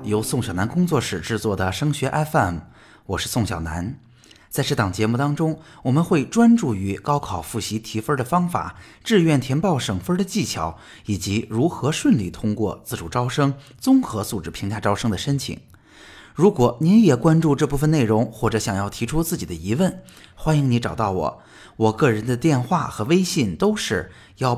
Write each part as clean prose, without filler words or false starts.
由宋小南工作室制作的升学 FM， 我是宋小南。在这档节目当中，我们会专注于高考复习提分的方法、志愿填报省分的技巧，以及如何顺利通过自主招生、综合素质评价招生的申请。如果您也关注这部分内容，或者想要提出自己的疑问，欢迎你找到我。我个人的电话和微信都是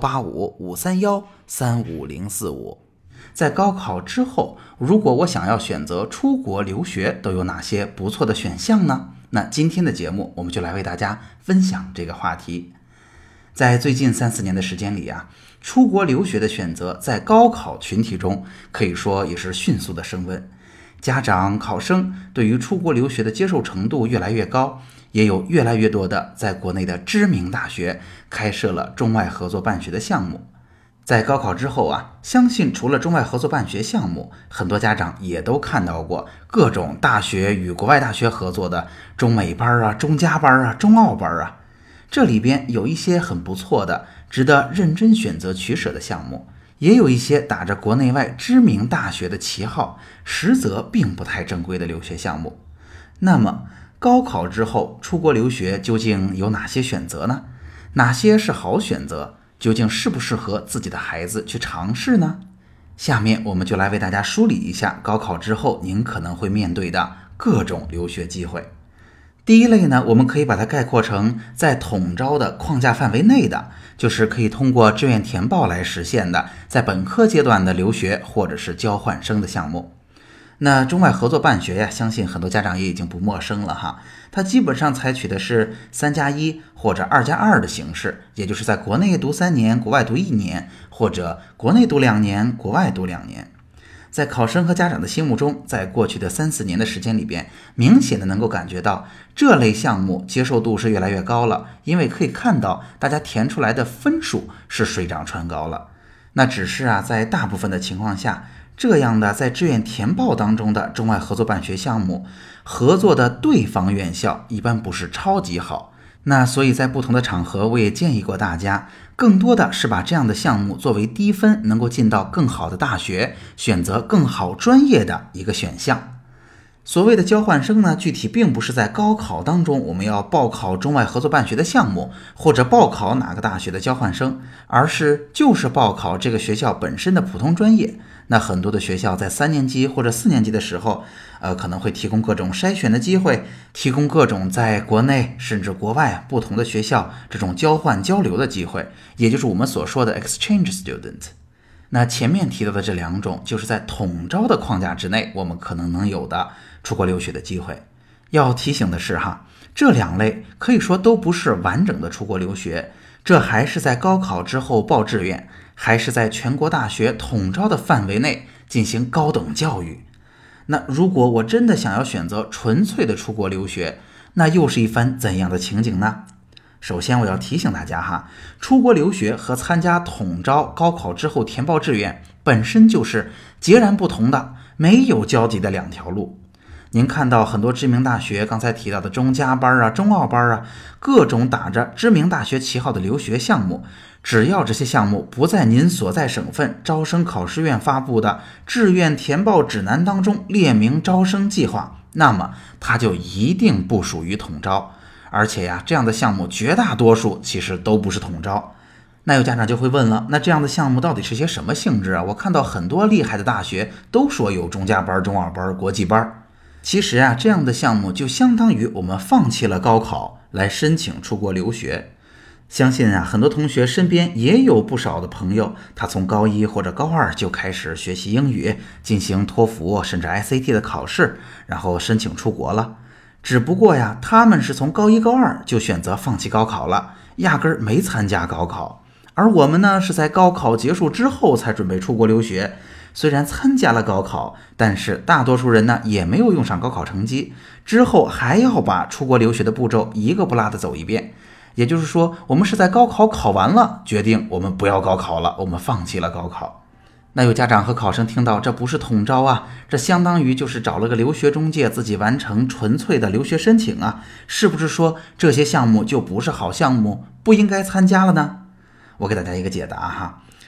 185-531-35045。在高考之后，如果我想要选择出国留学，都有哪些不错的选项呢？那今天的节目我们就来为大家分享这个话题。在最近3-4年的时间里啊，出国留学的选择在高考群体中可以说也是迅速的升温。家长、考生对于出国留学的接受程度越来越高，也有越来越多的在国内的知名大学开设了中外合作办学的项目。在高考之后啊，相信除了中外合作办学项目，很多家长也都看到过各种大学与国外大学合作的中美班啊、中加班啊、中澳班啊。这里边有一些很不错的、值得认真选择取舍的项目，也有一些打着国内外知名大学的旗号，实则并不太正规的留学项目。那么高考之后出国留学究竟有哪些选择呢？哪些是好选择？究竟适不适合自己的孩子去尝试呢？下面我们就来为大家梳理一下高考之后您可能会面对的各种留学机会。第一类呢，我们可以把它概括成在统招的框架范围内的，就是可以通过志愿填报来实现的，在本科阶段的留学或者是交换生的项目。那中外合作办学呀，相信很多家长也已经不陌生了哈。它基本上采取的是3+1或者2+2的形式，也就是在国内读3年，国外读1年，或者国内读2年，国外读2年。在考生和家长的心目中，在过去的3-4年的时间里边，明显的能够感觉到这类项目接受度是越来越高了，因为可以看到大家填出来的分数是水涨船高了。那只是啊，在大部分的情况下，这样的在志愿填报当中的中外合作办学项目，合作的对方院校一般不是超级好。那所以在不同的场合，我也建议过大家，更多的是把这样的项目作为低分能够进到更好的大学，选择更好专业的一个选项。所谓的交换生呢，具体并不是在高考当中我们要报考中外合作办学的项目，或者报考哪个大学的交换生，而是就是报考这个学校本身的普通专业。那很多的学校在3年级或者4年级的时候，可能会提供各种筛选的机会，提供各种在国内甚至国外不同的学校这种交换交流的机会，也就是我们所说的 exchange student。那前面提到的这2种，就是在统招的框架之内，我们可能能有的出国留学的机会。要提醒的是哈，这2类可以说都不是完整的出国留学，这还是在高考之后报志愿，还是在全国大学统招的范围内进行高等教育。那如果我真的想要选择纯粹的出国留学，那又是一番怎样的情景呢？首先我要提醒大家哈，出国留学和参加统招高考之后填报志愿本身就是截然不同的，没有交集的2条路。您看到很多知名大学刚才提到的中加班啊、中澳班啊，各种打着知名大学旗号的留学项目，只要这些项目不在您所在省份招生考试院发布的志愿填报指南当中列明招生计划，那么它就一定不属于统招。而且呀，这样的项目绝大多数其实都不是统招。那有家长就会问了，那这样的项目到底是些什么性质啊？我看到很多厉害的大学都说有中加班、中澳班、国际班。其实啊，这样的项目就相当于我们放弃了高考来申请出国留学。相信啊，很多同学身边也有不少的朋友，他从高1或者高2就开始学习英语，进行托福甚至 SAT 的考试，然后申请出国了。只不过呀，他们是从高1、高2就选择放弃高考了，压根儿没参加高考。而我们呢，是在高考结束之后才准备出国留学。虽然参加了高考，但是大多数人呢也没有用上高考成绩，之后还要把出国留学的步骤一个不落的走一遍。也就是说，我们是在高考考完了，决定我们不要高考了，我们放弃了高考。那有家长和考生听到这不是统招啊，这相当于就是找了个留学中介自己完成纯粹的留学申请啊，是不是说这些项目就不是好项目，不应该参加了呢？我给大家一个解答哈，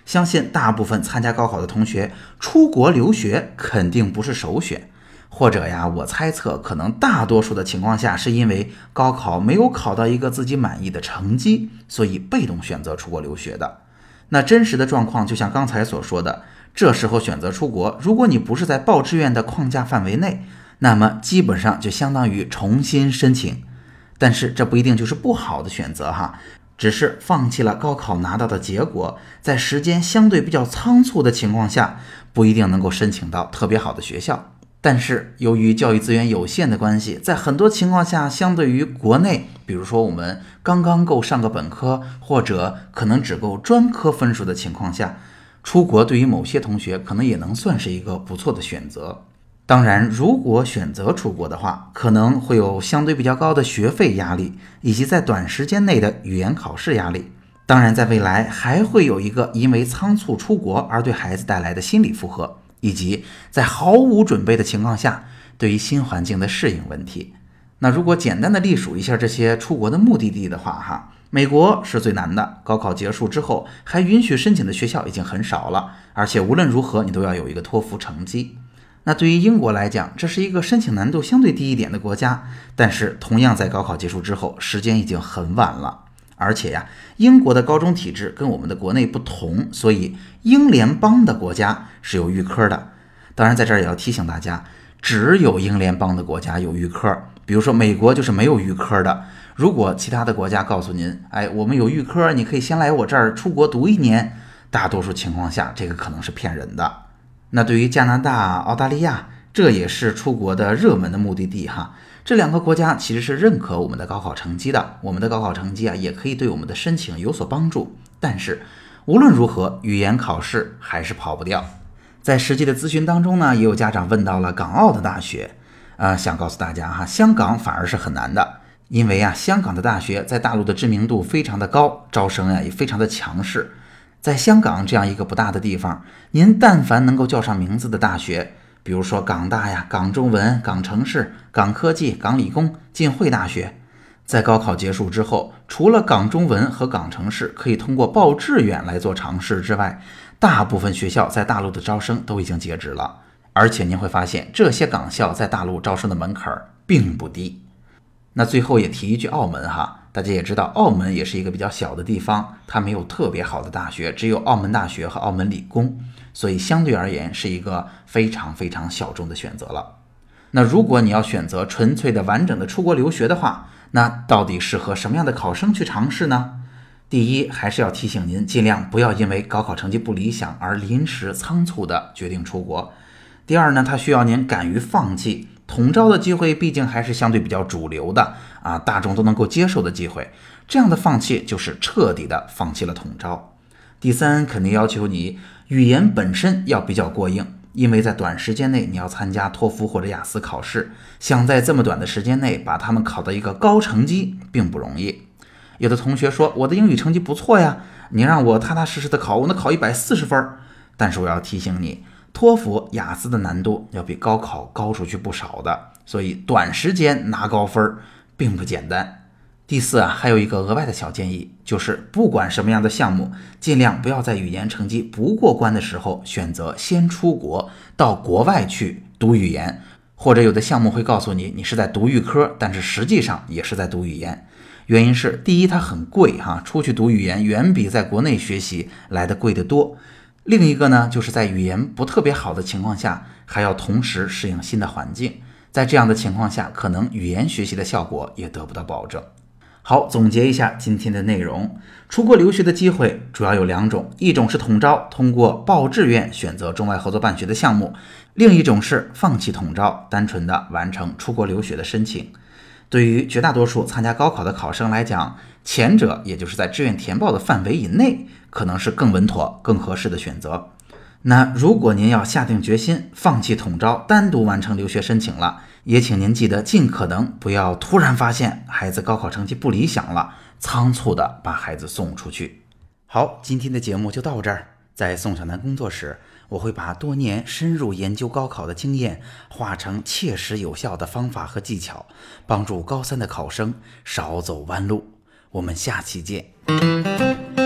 相信大部分参加高考的同学，出国留学肯定不是首选。或者呀，我猜测可能大多数的情况下是因为高考没有考到一个自己满意的成绩，所以被动选择出国留学的。那真实的状况就像刚才所说的，这时候选择出国，如果你不是在报志愿的框架范围内，那么基本上就相当于重新申请。但是这不一定就是不好的选择哈，只是放弃了高考拿到的结果，在时间相对比较仓促的情况下，不一定能够申请到特别好的学校。但是由于教育资源有限的关系，在很多情况下，相对于国内，比如说我们刚刚够上个本科，或者可能只够专科分数的情况下，出国对于某些同学可能也能算是一个不错的选择。当然，如果选择出国的话，可能会有相对比较高的学费压力，以及在短时间内的语言考试压力。当然，在未来还会有一个因为仓促出国而对孩子带来的心理负荷，以及在毫无准备的情况下对于新环境的适应问题。那如果简单的列数一下这些出国的目的地的话，美国是最难的，高考结束之后还允许申请的学校已经很少了，而且无论如何你都要有一个托福成绩。那对于英国来讲，这是一个申请难度相对低一点的国家，但是同样在高考结束之后，时间已经很晚了。而且呀，英国的高中体制跟我们的国内不同，所以英联邦的国家是有预科的。当然在这儿也要提醒大家，只有英联邦的国家有预科，比如说美国就是没有预科的。如果其他的国家告诉您，我们有预科，你可以先来我这儿出国读1年，大多数情况下这个可能是骗人的。那对于加拿大、澳大利亚，这也是出国的热门的目的地哈。这2个国家其实是认可我们的高考成绩的，我们的高考成绩也可以对我们的申请有所帮助。但是无论如何，语言考试还是跑不掉。在实际的咨询当中呢，也有家长问到了港澳的大学，想告诉大家哈，香港反而是很难的，因为香港的大学在大陆的知名度非常的高，招生也非常的强势。在香港这样一个不大的地方，您但凡能够叫上名字的大学，比如说港大呀、港中文、港城市、港科技、港理工、浸会大学，在高考结束之后，除了港中文和港城市可以通过报志愿来做尝试之外，大部分学校在大陆的招生都已经截止了。而且您会发现，这些港校在大陆招生的门槛并不低。那最后也提一句澳门哈，大家也知道澳门也是一个比较小的地方，它没有特别好的大学，只有澳门大学和澳门理工，所以相对而言是一个非常非常小众的选择了。那如果你要选择纯粹的完整的出国留学的话，那到底适合什么样的考生去尝试呢？第一，还是要提醒您尽量不要因为高考成绩不理想而临时仓促的决定出国。第二呢，它需要您敢于放弃统招的机会，毕竟还是相对比较主流的大众都能够接受的机会，这样的放弃就是彻底的放弃了统招。第三，肯定要求你语言本身要比较过硬，因为在短时间内你要参加托福或者雅思考试，想在这么短的时间内把他们考到一个高成绩并不容易。有的同学说我的英语成绩不错呀，你让我踏踏实实的考，我能考140分，但是我要提醒你，托福、雅思的难度要比高考高出去不少的，所以短时间拿高分并不简单。第四还有一个额外的小建议，就是不管什么样的项目，尽量不要在语言成绩不过关的时候选择先出国到国外去读语言，或者有的项目会告诉你你是在读预科，但是实际上也是在读语言。原因是第一，它很贵出去读语言远比在国内学习来的贵得多。另一个呢，就是在语言不特别好的情况下，还要同时适应新的环境，在这样的情况下，可能语言学习的效果也得不到保证。好，总结一下今天的内容，出国留学的机会主要有2种，一种是统招，通过报志愿选择中外合作办学的项目，另一种是放弃统招，单纯的完成出国留学的申请。对于绝大多数参加高考的考生来讲，前者也就是在志愿填报的范围以内，可能是更稳妥、更合适的选择。那如果您要下定决心放弃统招，单独完成留学申请了，也请您记得尽可能不要突然发现孩子高考成绩不理想了，仓促的把孩子送出去。好，今天的节目就到这儿。在宋小楠工作室，我会把多年深入研究高考的经验化成切实有效的方法和技巧，帮助高3的考生少走弯路。我们下期见。